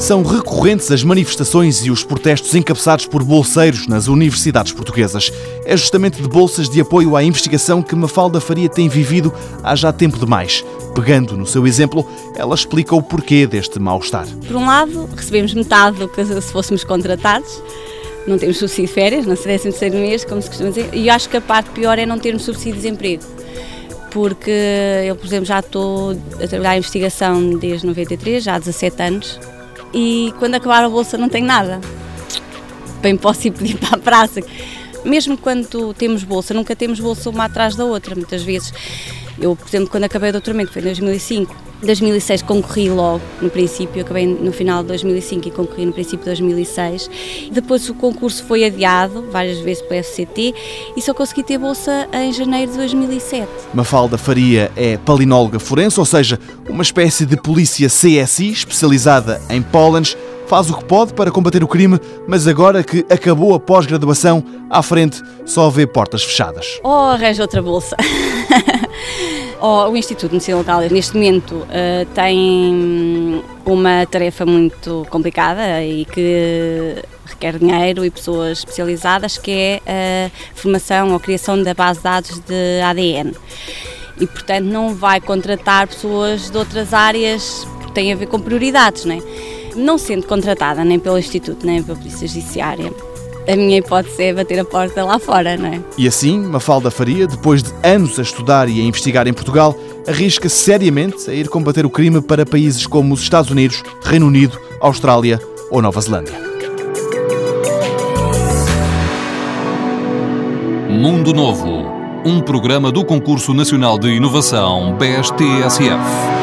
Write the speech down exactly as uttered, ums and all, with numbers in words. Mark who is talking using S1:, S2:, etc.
S1: São recorrentes as manifestações e os protestos encabeçados por bolseiros nas universidades portuguesas. É justamente de bolsas de apoio à investigação que Mafalda Faria tem vivido há já tempo demais. Pegando no seu exemplo, ela explica o porquê deste mal-estar.
S2: Por um lado, recebemos metade do que se fôssemos contratados. Não temos subsídio de férias, não se décimo terceiro mês, como se costuma dizer. E eu acho que a parte pior é não termos subsídio de desemprego. Porque eu, por exemplo, já estou a trabalhar em investigação desde noventa e três, já há dezassete anos. E quando acabar a bolsa não tenho nada. Bem posso ir pedir para a praça. Mesmo quando temos bolsa, nunca temos bolsa uma atrás da outra. Muitas vezes, eu, por exemplo, quando acabei o doutoramento, foi em dois mil e cinco, em dois mil e seis concorri logo, no princípio, eu acabei no final de dois mil e cinco e concorri no princípio de dois mil e seis. Depois o concurso foi adiado, várias vezes pelo F C T, e só consegui ter bolsa em janeiro de dois mil e sete.
S1: Mafalda Faria é palinóloga forense, ou seja, uma espécie de polícia C S I especializada em pólenes. Faz o que pode para combater o crime, mas agora que acabou a pós-graduação, à frente só vê portas fechadas.
S2: Ou arranja outra bolsa. Oh, o Instituto de Medicina Local, neste momento, uh, tem uma tarefa muito complicada e que requer dinheiro e pessoas especializadas, que é a formação ou criação da base de dados de A D N. E, portanto, não vai contratar pessoas de outras áreas que têm a ver com prioridades, não é? Não sendo contratada nem pelo Instituto, nem pela Polícia Judiciária, a minha hipótese é bater a porta lá fora, não é?
S1: E assim, Mafalda Faria, depois de anos a estudar e a investigar em Portugal, arrisca seriamente a ir combater o crime para países como os Estados Unidos, Reino Unido, Austrália ou Nova Zelândia.
S3: Mundo Novo, um programa do Concurso Nacional de Inovação B E S T S F.